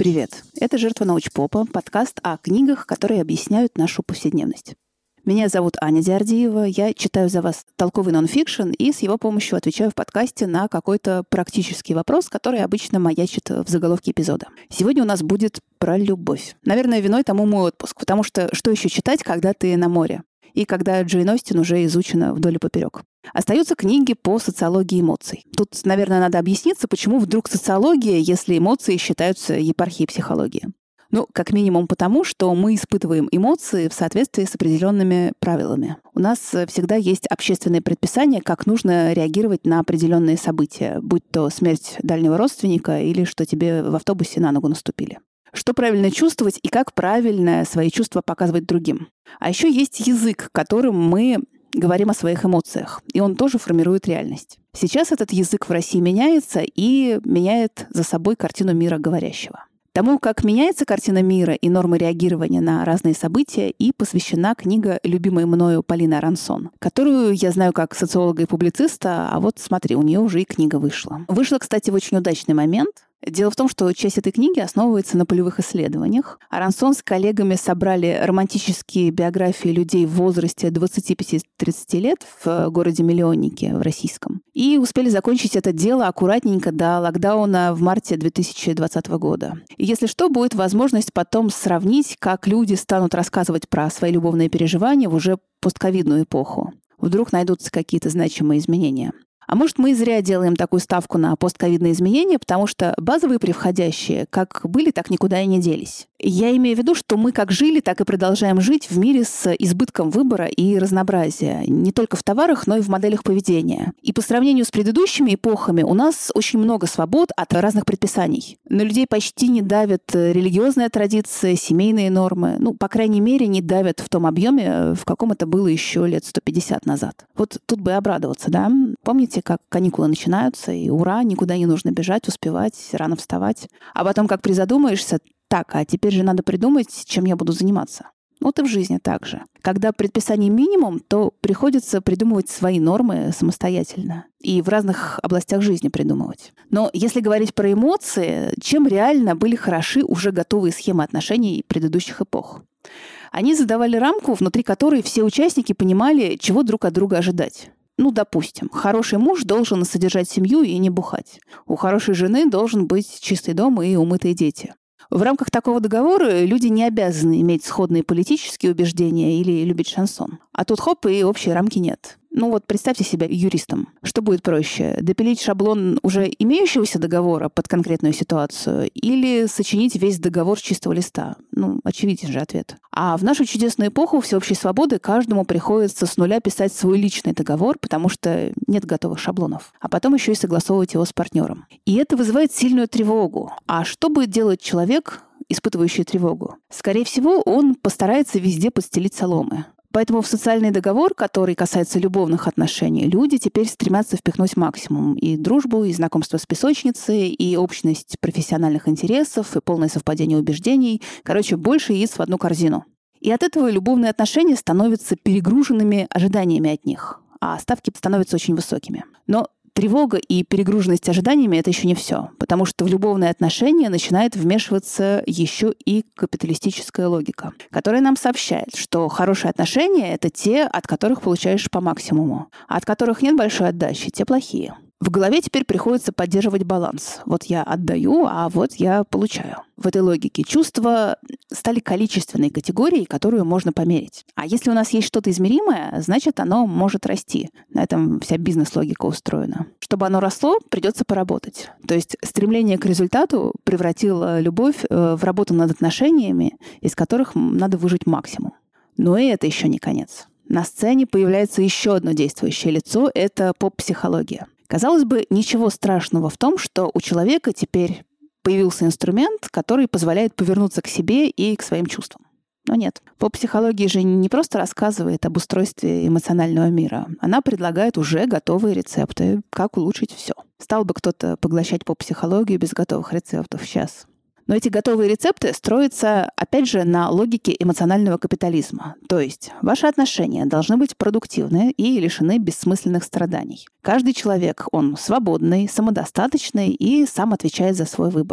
Привет! Это «Жертва научпопа», подкаст о книгах, которые объясняют нашу повседневность. Меня зовут Аня Диардиева, я читаю за вас толковый нонфикшн и с его помощью отвечаю в подкасте на какой-то практический вопрос, который обычно маячит в заголовке эпизода. Сегодня у нас будет про любовь. Наверное, виной тому мой отпуск, потому что еще читать, когда ты на море? И когда Джейн Остин уже изучена вдоль и поперек. Остаются книги по социологии эмоций. Тут, наверное, надо объясниться, почему вдруг социология, если эмоции считаются епархией психологии. Как минимум потому, что мы испытываем эмоции в соответствии с определенными правилами. У нас всегда есть общественные предписания, как нужно реагировать на определенные события, будь то смерть дальнего родственника или что тебе в автобусе на ногу наступили. Что правильно чувствовать и как правильно свои чувства показывать другим. А еще есть язык, которым мы говорим о своих эмоциях, и он тоже формирует реальность. Сейчас этот язык в России меняется и меняет за собой картину мира говорящего. Тому, как меняется картина мира и нормы реагирования на разные события, и посвящена книга, любимая мною Полины Арансон, которую я знаю как социолога и публициста, а вот смотри, у нее уже и книга вышла. Вышла, кстати, в очень удачный момент. Дело в том, что часть этой книги основывается на полевых исследованиях. Арансон с коллегами собрали романтические биографии людей в возрасте 25-30 лет в городе-миллионнике в российском. И успели закончить это дело аккуратненько до локдауна в марте 2020 года. И если что, будет возможность потом сравнить, как люди станут рассказывать про свои любовные переживания в уже постковидную эпоху. Вдруг найдутся какие-то значимые изменения. А может, мы зря делаем такую ставку на постковидные изменения, потому что базовые превходящие как были, так никуда и не делись. Я имею в виду, что мы как жили, так и продолжаем жить в мире с избытком выбора и разнообразия. Не только в товарах, но и в моделях поведения. И по сравнению с предыдущими эпохами у нас очень много свобод от разных предписаний. На людей почти не давят религиозная традиция, семейные нормы. По крайней мере, не давят в том объеме, в каком это было еще лет 150 назад. Вот тут бы обрадоваться, да? Помните, как каникулы начинаются, и ура, никуда не нужно бежать, успевать, рано вставать. А потом, как призадумаешься, так, а теперь же надо придумать, чем я буду заниматься. Вот и в жизни так же. Когда предписаний минимум, то приходится придумывать свои нормы самостоятельно. И в разных областях жизни придумывать. Но если говорить про эмоции, чем реально были хороши уже готовые схемы отношений предыдущих эпох? Они задавали рамку, внутри которой все участники понимали, чего друг от друга ожидать. Допустим, хороший муж должен содержать семью и не бухать. У хорошей жены должен быть чистый дом и умытые дети. В рамках такого договора люди не обязаны иметь сходные политические убеждения или любить шансон. А тут хоп, и общей рамки нет. Представьте себя юристом. Что будет проще? Допилить шаблон уже имеющегося договора под конкретную ситуацию или сочинить весь договор с чистого листа? Очевиден же ответ. А в нашу чудесную эпоху всеобщей свободы каждому приходится с нуля писать свой личный договор, потому что нет готовых шаблонов. А потом еще и согласовывать его с партнером. И это вызывает сильную тревогу. А что будет делать человек, испытывающий тревогу? Скорее всего, он постарается везде подстелить соломы. Поэтому в социальный договор, который касается любовных отношений, люди теперь стремятся впихнуть максимум. И дружбу, и знакомство с песочницей, и общность профессиональных интересов, и полное совпадение убеждений. Больше яиц в одну корзину. И от этого любовные отношения становятся перегруженными ожиданиями от них, а ставки становятся очень высокими. Но тревога и перегруженность ожиданиями — это еще не все, потому что в любовные отношения начинает вмешиваться еще и капиталистическая логика, которая нам сообщает, что хорошие отношения — это те, от которых получаешь по максимуму, а от которых нет большой отдачи, те плохие. В голове теперь приходится поддерживать баланс. Вот я отдаю, а вот я получаю. В этой логике чувства стали количественной категорией, которую можно померить. А если у нас есть что-то измеримое, значит, оно может расти. На этом вся бизнес-логика устроена. Чтобы оно росло, придется поработать. То есть стремление к результату превратило любовь в работу над отношениями, из которых надо выжать максимум. Но и это еще не конец. На сцене появляется еще одно действующее лицо — это поп-психология. Казалось бы, ничего страшного в том, что у человека теперь появился инструмент, который позволяет повернуться к себе и к своим чувствам. Но нет. Поп-психология же не просто рассказывает об устройстве эмоционального мира. Она предлагает уже готовые рецепты, как улучшить все. Стал бы кто-то поглощать поп-психологию без готовых рецептов сейчас? Но эти готовые рецепты строятся, опять же, на логике эмоционального капитализма. То есть ваши отношения должны быть продуктивны и лишены бессмысленных страданий. Каждый человек, он свободный, самодостаточный и сам отвечает за свой выбор.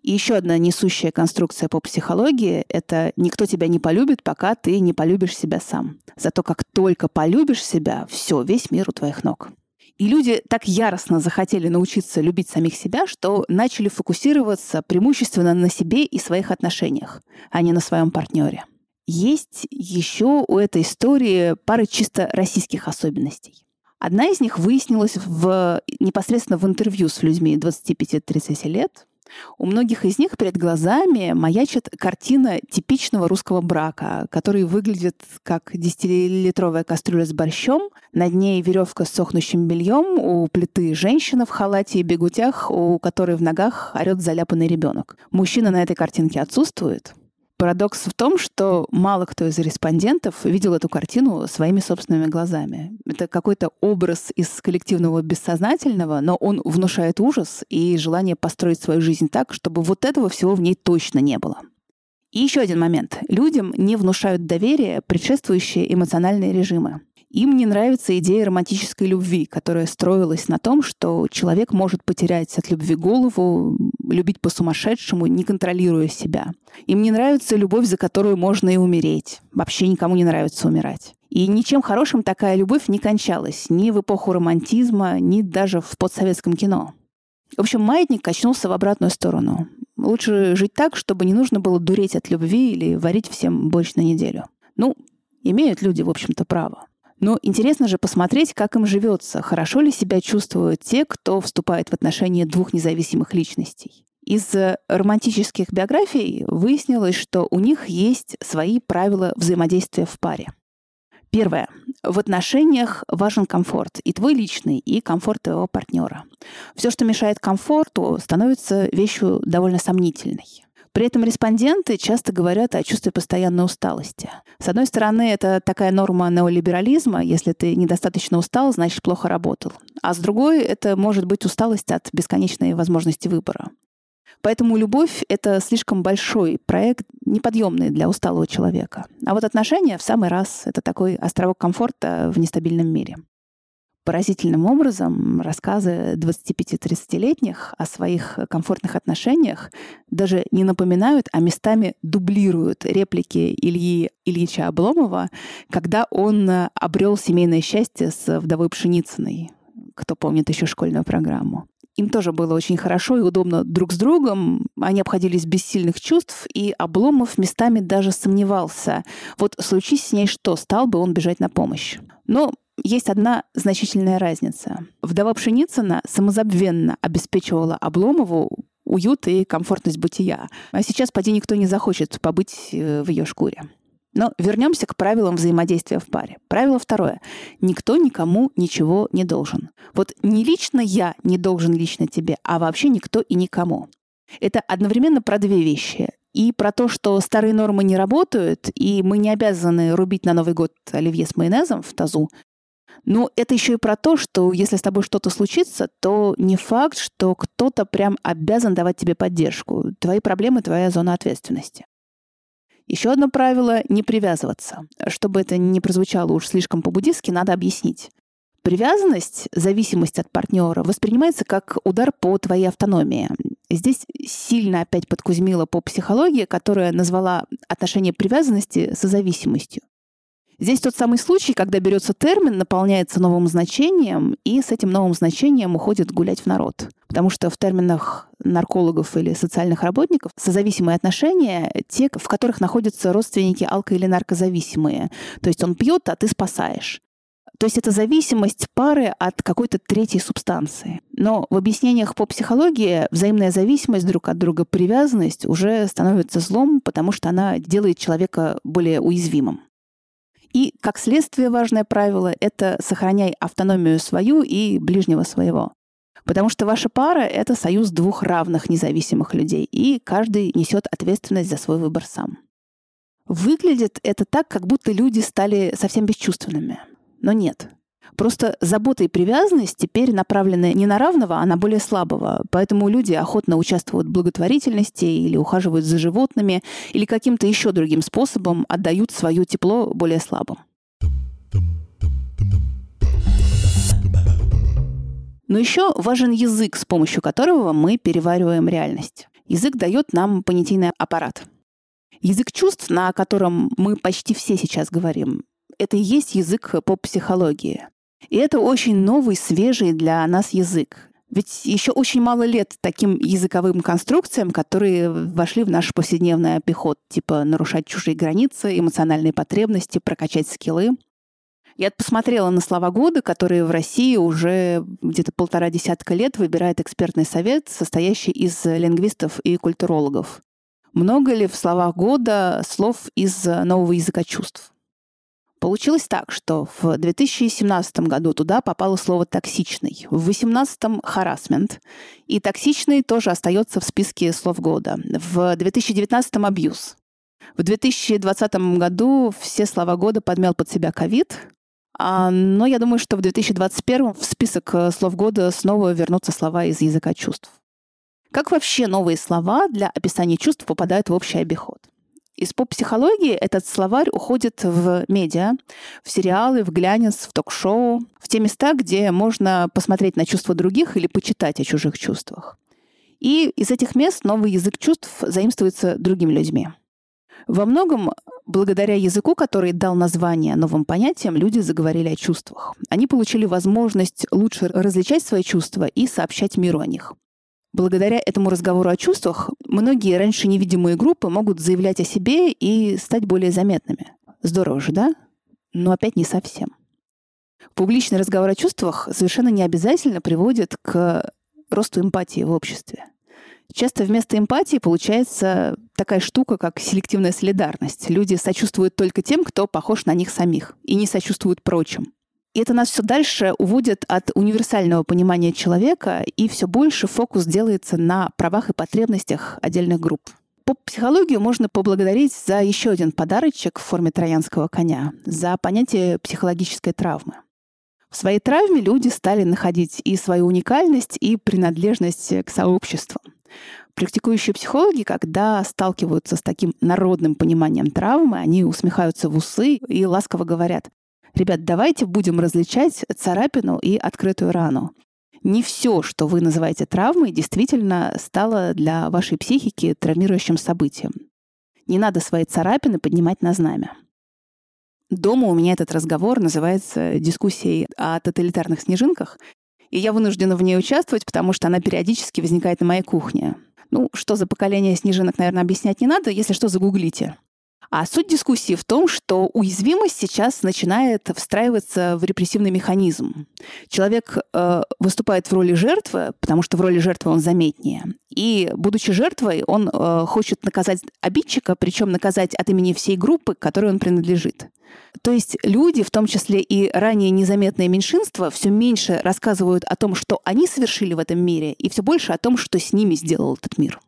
И еще одна несущая конструкция по психологии — это никто тебя не полюбит, пока ты не полюбишь себя сам. Зато как только полюбишь себя, все, весь мир у твоих ног. И люди так яростно захотели научиться любить самих себя, что начали фокусироваться преимущественно на себе и своих отношениях, а не на своем партнере. Есть еще у этой истории пара чисто российских особенностей. Одна из них выяснилась непосредственно в интервью с людьми 25-30 лет. У многих из них перед глазами маячит картина типичного русского брака, который выглядит как 10-литровая кастрюля с борщом, на дне веревка с сохнущим бельем, у плиты женщина в халате и бегутях, у которой в ногах орет заляпанный ребенок. Мужчина на этой картинке отсутствует. Парадокс в том, что мало кто из респондентов видел эту картину своими собственными глазами. Это какой-то образ из коллективного бессознательного, но он внушает ужас и желание построить свою жизнь так, чтобы вот этого всего в ней точно не было. И еще один момент. Людям не внушают доверие предшествующие эмоциональные режимы. Им не нравится идея романтической любви, которая строилась на том, что человек может потерять от любви голову, любить по-сумасшедшему, не контролируя себя. Им не нравится любовь, за которую можно и умереть. Вообще никому не нравится умирать. И ничем хорошим такая любовь не кончалась ни в эпоху романтизма, ни даже в постсоветском кино. В общем, маятник качнулся в обратную сторону. Лучше жить так, чтобы не нужно было дуреть от любви или варить всем борщ на неделю. Имеют люди, в общем-то, право. Но интересно же посмотреть, как им живется, хорошо ли себя чувствуют те, кто вступает в отношения двух независимых личностей. Из романтических биографий выяснилось, что у них есть свои правила взаимодействия в паре. Первое. В отношениях важен комфорт, и твой личный, и комфорт твоего партнера. Все, что мешает комфорту, становится вещью довольно сомнительной. При этом респонденты часто говорят о чувстве постоянной усталости. С одной стороны, это такая норма неолиберализма. Если ты недостаточно устал, значит, плохо работал. А с другой, это может быть усталость от бесконечной возможности выбора. Поэтому любовь — это слишком большой проект, неподъемный для усталого человека. А вот отношения в самый раз — это такой островок комфорта в нестабильном мире. Поразительным образом рассказы 25-30-летних о своих комфортных отношениях даже не напоминают, а местами дублируют реплики Ильи Ильича Обломова, когда он обрел семейное счастье с вдовой Пшеницыной. Кто помнит еще школьную программу. Им тоже было очень хорошо и удобно друг с другом. Они обходились без сильных чувств, и Обломов местами даже сомневался. Вот случись с ней что, стал бы он бежать на помощь? Но есть одна значительная разница. Вдова Пшеницына самозабвенно обеспечивала Обломову уют и комфортность бытия. А сейчас поди никто не захочет побыть в ее шкуре. Но вернемся к правилам взаимодействия в паре. Правило второе. Никто никому ничего не должен. Вот не лично я не должен лично тебе, а вообще никто и никому. Это одновременно про две вещи. И про то, что старые нормы не работают, и мы не обязаны рубить на Новый год оливье с майонезом в тазу. Но это еще и про то, что если с тобой что-то случится, то не факт, что кто-то прям обязан давать тебе поддержку. Твои проблемы — твоя зона ответственности. Еще одно правило — не привязываться. Чтобы это не прозвучало уж слишком по-буддистски, надо объяснить. Привязанность, зависимость от партнера воспринимается как удар по твоей автономии. Здесь сильно опять подкузмила по психологии, которая назвала отношение привязанности созависимостью. Здесь тот самый случай, когда берется термин, наполняется новым значением, и с этим новым значением уходит гулять в народ. Потому что в терминах наркологов или социальных работников созависимые отношения — те, в которых находятся родственники алко- или наркозависимые. То есть он пьет, а ты спасаешь. То есть это зависимость пары от какой-то третьей субстанции. Но в объяснениях по психологии взаимная зависимость друг от друга, привязанность уже становится злом, потому что она делает человека более уязвимым. И, как следствие, важное правило — это сохраняй автономию свою и ближнего своего. Потому что ваша пара — это союз двух равных независимых людей, и каждый несет ответственность за свой выбор сам. Выглядит это так, как будто люди стали совсем бесчувственными. Но нет. Просто забота и привязанность теперь направлены не на равного, а на более слабого. Поэтому люди охотно участвуют в благотворительности или ухаживают за животными, или каким-то еще другим способом отдают свое тепло более слабым. Но еще важен язык, с помощью которого мы перевариваем реальность. Язык дает нам понятийный аппарат. Язык чувств, на котором мы почти все сейчас говорим, это и есть язык поп-психологии. И это очень новый, свежий для нас язык. Ведь еще очень мало лет таким языковым конструкциям, которые вошли в наш повседневный обиход, типа нарушать чужие границы, эмоциональные потребности, прокачать скиллы. Я посмотрела на слова года, которые в России уже где-то 1,5 десятка лет выбирает экспертный совет, состоящий из лингвистов и культурологов. Много ли в словах года слов из нового языка чувств? Получилось так, что в 2017 году туда попало слово «токсичный», в 2018 — «харассмент», и «токсичный» тоже остается в списке слов года. В 2019 — «абьюз». В 2020 году все слова года подмял под себя ковид, но я думаю, что в 2021 в список слов года снова вернутся слова из языка чувств. Как вообще новые слова для описания чувств попадают в общий обиход? Из поп-психологии этот словарь уходит в медиа, в сериалы, в глянец, в ток-шоу, в те места, где можно посмотреть на чувства других или почитать о чужих чувствах. И из этих мест новый язык чувств заимствуется другими людьми. Во многом, благодаря языку, который дал название новым понятиям, люди заговорили о чувствах. Они получили возможность лучше различать свои чувства и сообщать миру о них. Благодаря этому разговору о чувствах многие раньше невидимые группы могут заявлять о себе и стать более заметными. Здорово же, да? Но опять не совсем. Публичный разговор о чувствах совершенно не обязательно приводит к росту эмпатии в обществе. Часто вместо эмпатии получается такая штука, как селективная солидарность. Люди сочувствуют только тем, кто похож на них самих, и не сочувствуют прочим. И это нас все дальше уводит от универсального понимания человека, и все больше фокус делается на правах и потребностях отдельных групп. Поп-психологию можно поблагодарить за еще один подарочек в форме троянского коня, за понятие психологической травмы. В своей травме люди стали находить и свою уникальность, и принадлежность к сообществу. Практикующие психологи, когда сталкиваются с таким народным пониманием травмы, они усмехаются в усы и ласково говорят: «Ребят, давайте будем различать царапину и открытую рану. Не все, что вы называете травмой, действительно стало для вашей психики травмирующим событием. Не надо свои царапины поднимать на знамя». Дома у меня этот разговор называется дискуссией о тоталитарных снежинках, и я вынуждена в ней участвовать, потому что она периодически возникает на моей кухне. Что за поколение снежинок, наверное, объяснять не надо, если что, загуглите. А суть дискуссии в том, что уязвимость сейчас начинает встраиваться в репрессивный механизм. Человек выступает в роли жертвы, потому что в роли жертвы он заметнее. И, будучи жертвой, он хочет наказать обидчика, причем наказать от имени всей группы, к которой он принадлежит. То есть люди, в том числе и ранее незаметное меньшинство, все меньше рассказывают о том, что они совершили в этом мире, и все больше о том, что с ними сделал этот мир.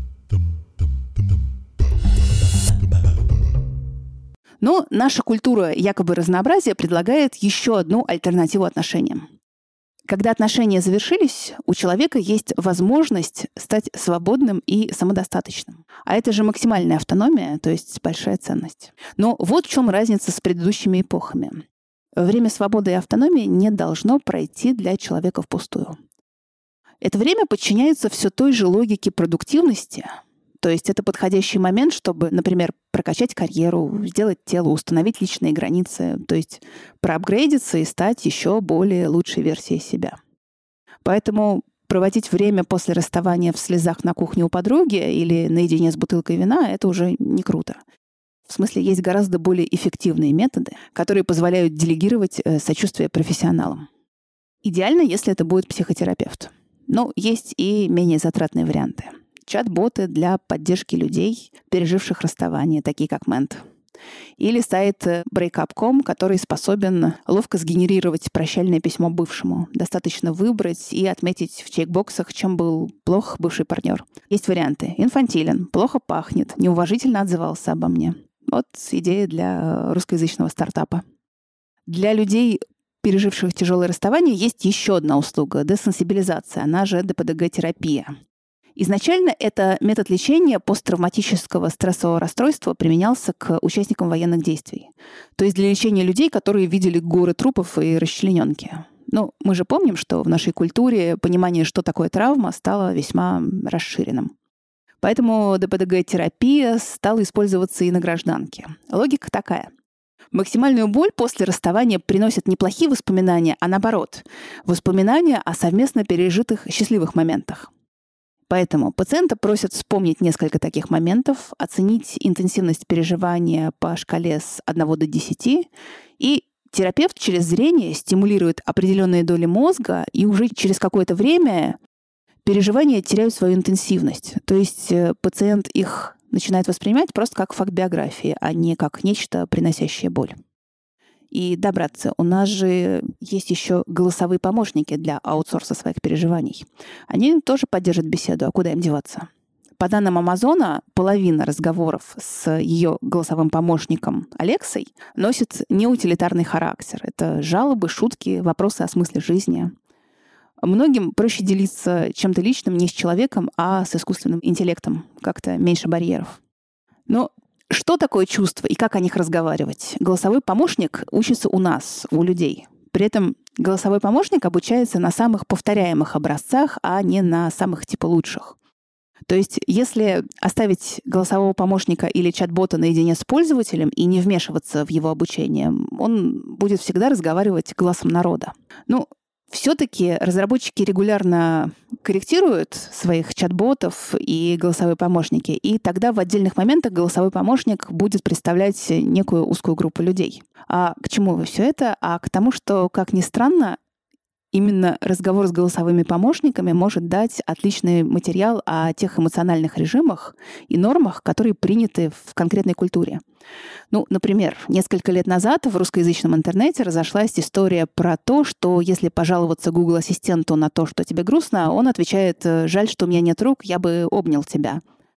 Но наша культура якобы разнообразия предлагает еще одну альтернативу отношениям. Когда отношения завершились, у человека есть возможность стать свободным и самодостаточным. А это же максимальная автономия, то есть большая ценность. Но вот в чем разница с предыдущими эпохами. Время свободы и автономии не должно пройти для человека впустую. Это время подчиняется все той же логике продуктивности. То есть это подходящий момент, чтобы, например, прокачать карьеру, сделать тело, установить личные границы, то есть проапгрейдиться и стать еще более лучшей версией себя. Поэтому проводить время после расставания в слезах на кухне у подруги или наедине с бутылкой вина — это уже не круто. В смысле, есть гораздо более эффективные методы, которые позволяют делегировать сочувствие профессионалам. Идеально, если это будет психотерапевт. Но есть и менее затратные варианты. Чат-боты для поддержки людей, переживших расставание, такие как Мент. Или сайт Breakup.com, который способен ловко сгенерировать прощальное письмо бывшему. Достаточно выбрать и отметить в чекбоксах, чем был плох бывший партнер. Есть варианты. Инфантилен, плохо пахнет, неуважительно отзывался обо мне. Вот идея для русскоязычного стартапа. Для людей, переживших тяжелое расставание, есть еще одна услуга — десенсибилизация, она же ДПДГ-терапия. Изначально это метод лечения посттравматического стрессового расстройства применялся к участникам военных действий. То есть для лечения людей, которые видели горы трупов и расчлененки. Мы же помним, что в нашей культуре понимание, что такое травма, стало весьма расширенным. Поэтому ДПДГ-терапия стала использоваться и на гражданке. Логика такая. Максимальную боль после расставания приносят не плохие воспоминания, а наоборот, воспоминания о совместно пережитых счастливых моментах. Поэтому пациента просят вспомнить несколько таких моментов, оценить интенсивность переживания по шкале с 1 до 10, и терапевт через зрение стимулирует определенные доли мозга, и уже через какое-то время переживания теряют свою интенсивность. То есть пациент их начинает воспринимать просто как факт биографии, а не как нечто, приносящее боль. И да, братцы, у нас же есть еще голосовые помощники для аутсорса своих переживаний. Они тоже поддержат беседу, а куда им деваться? По данным Амазона, половина разговоров с ее голосовым помощником Алексой носит неутилитарный характер. Это жалобы, шутки, вопросы о смысле жизни. Многим проще делиться чем-то личным не с человеком, а с искусственным интеллектом. Как-то меньше барьеров. Но что такое чувства и как о них разговаривать? Голосовой помощник учится у нас, у людей. При этом голосовой помощник обучается на самых повторяемых образцах, а не на самых типа лучших. То есть если оставить голосового помощника или чат-бота наедине с пользователем и не вмешиваться в его обучение, он будет всегда разговаривать голосом народа. Все-таки разработчики регулярно корректируют своих чат-ботов и голосовые помощники, и тогда в отдельных моментах голосовой помощник будет представлять некую узкую группу людей. А к чему все это? А к тому, что, как ни странно, именно разговор с голосовыми помощниками может дать отличный материал о тех эмоциональных режимах и нормах, которые приняты в конкретной культуре. Например, несколько лет назад в русскоязычном интернете разошлась история про то, что если пожаловаться Google Ассистенту на то, что тебе грустно, он отвечает: «Жаль, что у меня нет рук, я бы обнял тебя».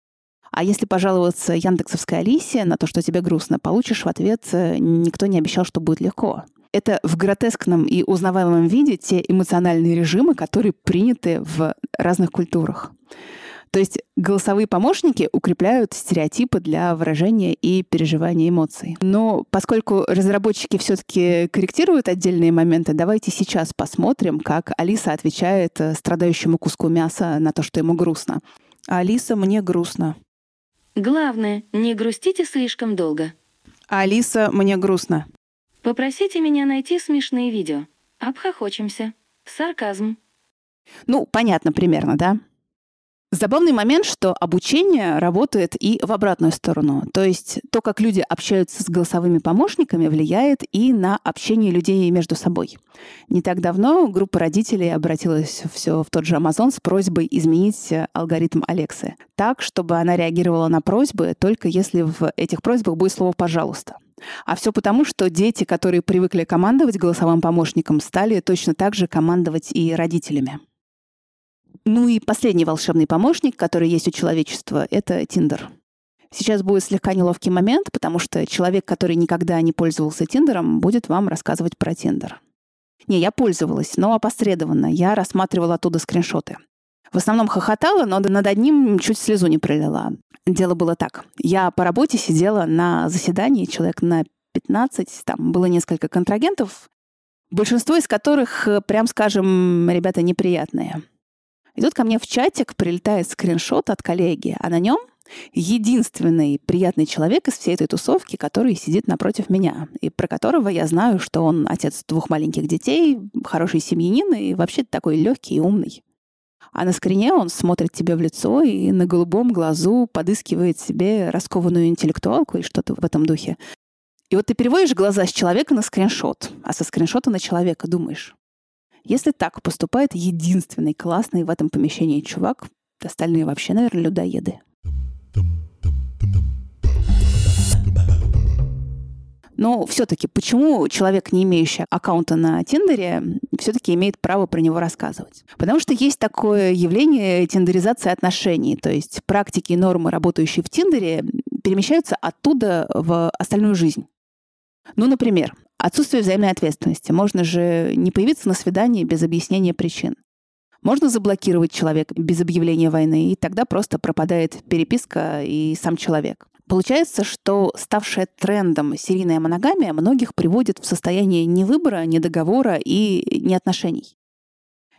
А если пожаловаться яндексовской Алисе на то, что тебе грустно, получишь в ответ: «Никто не обещал, что будет легко». Это в гротескном и узнаваемом виде те эмоциональные режимы, которые приняты в разных культурах. То есть голосовые помощники укрепляют стереотипы для выражения и переживания эмоций. Но поскольку разработчики все-таки корректируют отдельные моменты, давайте сейчас посмотрим, как Алиса отвечает страдающему куску мяса на то, что ему грустно. «Алиса, мне грустно». Главное, не грустите слишком долго. «Алиса, мне грустно». Попросите меня найти смешные видео. Обхохочемся. Сарказм. Понятно примерно, да? Забавный момент, что обучение работает и в обратную сторону. То есть то, как люди общаются с голосовыми помощниками, влияет и на общение людей между собой. Не так давно группа родителей обратилась все в тот же Amazon с просьбой изменить алгоритм Алексы так, чтобы она реагировала на просьбы только если в этих просьбах будет слово «пожалуйста». А все потому, что дети, которые привыкли командовать голосовым помощником, стали точно так же командовать и родителями. И последний волшебный помощник, который есть у человечества, это Tinder. Сейчас будет слегка неловкий момент, потому что человек, который никогда не пользовался Тиндером, будет вам рассказывать про Tinder. Я пользовалась, но опосредованно. Я рассматривала оттуда скриншоты. В основном хохотала, но над одним чуть слезу не пролила. Дело было так. Я по работе сидела на заседании, человек на 15, там было несколько контрагентов, большинство из которых, прям скажем, ребята неприятные. И тут ко мне в чатик прилетает скриншот от коллеги, а на нем единственный приятный человек из всей этой тусовки, который сидит напротив меня, и про которого я знаю, что он отец 2 маленьких детей, хороший семьянин и вообще вообще-то легкий и умный. А на скрине он смотрит тебе в лицо и на голубом глазу подыскивает себе раскованную интеллектуалку или что-то в этом духе. И вот ты переводишь глаза с человека на скриншот, а со скриншота на человека думаешь: если так поступает единственный классный в этом помещении чувак, остальные вообще, наверное, людоеды. Но все-таки почему человек, не имеющий аккаунта на Тиндере, все-таки имеет право про него рассказывать? Потому что есть такое явление тиндеризации отношений. То есть практики и нормы, работающие в Тиндере, перемещаются оттуда в остальную жизнь. Например, отсутствие взаимной ответственности. Можно же не появиться на свидании без объяснения причин. Можно заблокировать человека без объявления войны, и тогда просто пропадает переписка и сам человек. Получается, что ставшая трендом серийная моногамия многих приводит в состояние ни выбора, ни договора и ни отношений.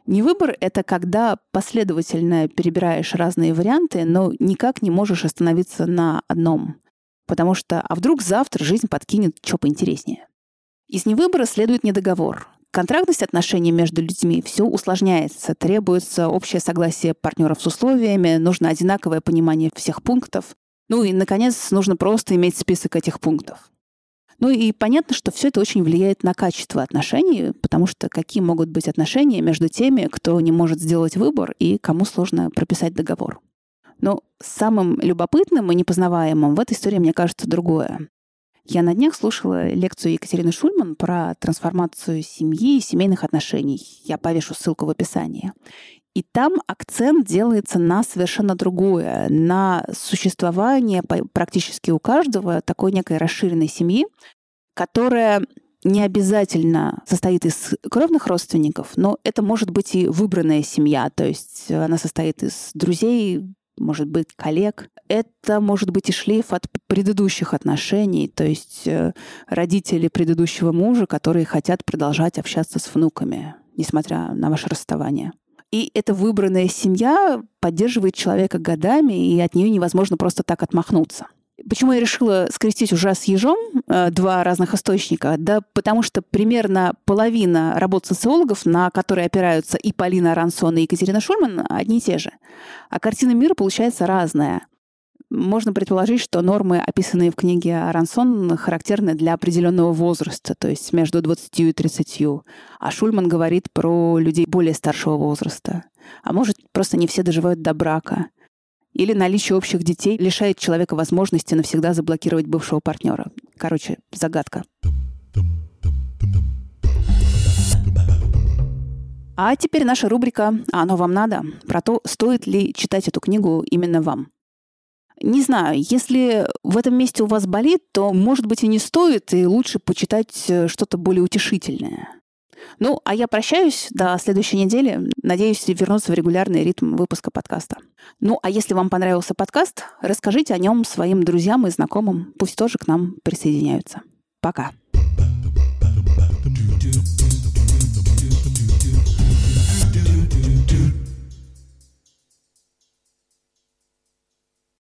Невыбор — это когда последовательно перебираешь разные варианты, но никак не можешь остановиться на одном. Потому что, а вдруг завтра жизнь подкинет что поинтереснее. Из невыбора следует недоговор. Контрактность отношений между людьми все усложняется. Требуется общее согласие партнеров с условиями, нужно одинаковое понимание всех пунктов. Ну и, наконец, нужно просто иметь список этих пунктов. Ну и понятно, что все это очень влияет на качество отношений, потому что какие могут быть отношения между теми, кто не может сделать выбор и кому сложно прописать договор. Но самым любопытным и непознаваемым в этой истории, мне кажется, другое. Я на днях слушала лекцию Екатерины Шульман про трансформацию семьи и семейных отношений. Я повешу ссылку в описании. И там акцент делается на совершенно другое, на существование практически у каждого такой некой расширенной семьи, которая не обязательно состоит из кровных родственников, но это может быть и выбранная семья, то есть она состоит из друзей, может быть, коллег. Это может быть и шлейф от предыдущих отношений, то есть родители предыдущего мужа, которые хотят продолжать общаться с внуками, несмотря на ваше расставание. И эта выбранная семья поддерживает человека годами, и от нее невозможно просто так отмахнуться. Почему я решила скрестить ужа с ежом, два разных источника? Да потому что примерно половина работ социологов, на которые опираются и Полина Арансон, и Екатерина Шульман, одни и те же. А картина мира получается разная. Можно предположить, что нормы, описанные в книге Арансон, характерны для определенного возраста, то есть между 20 и 30. А Шульман говорит про людей более старшего возраста. А может, просто не все доживают до брака. Или наличие общих детей лишает человека возможности навсегда заблокировать бывшего партнера. Короче, загадка. А теперь наша рубрика «А оно вам надо?» про то, стоит ли читать эту книгу именно вам. Не знаю, если в этом месте у вас болит, то, может быть, и не стоит, и лучше почитать что-то более утешительное. Ну, а я прощаюсь до следующей недели. Надеюсь вернуться в регулярный ритм выпуска подкаста. Ну, а если вам понравился подкаст, расскажите о нем своим друзьям и знакомым. Пусть тоже к нам присоединяются. Пока.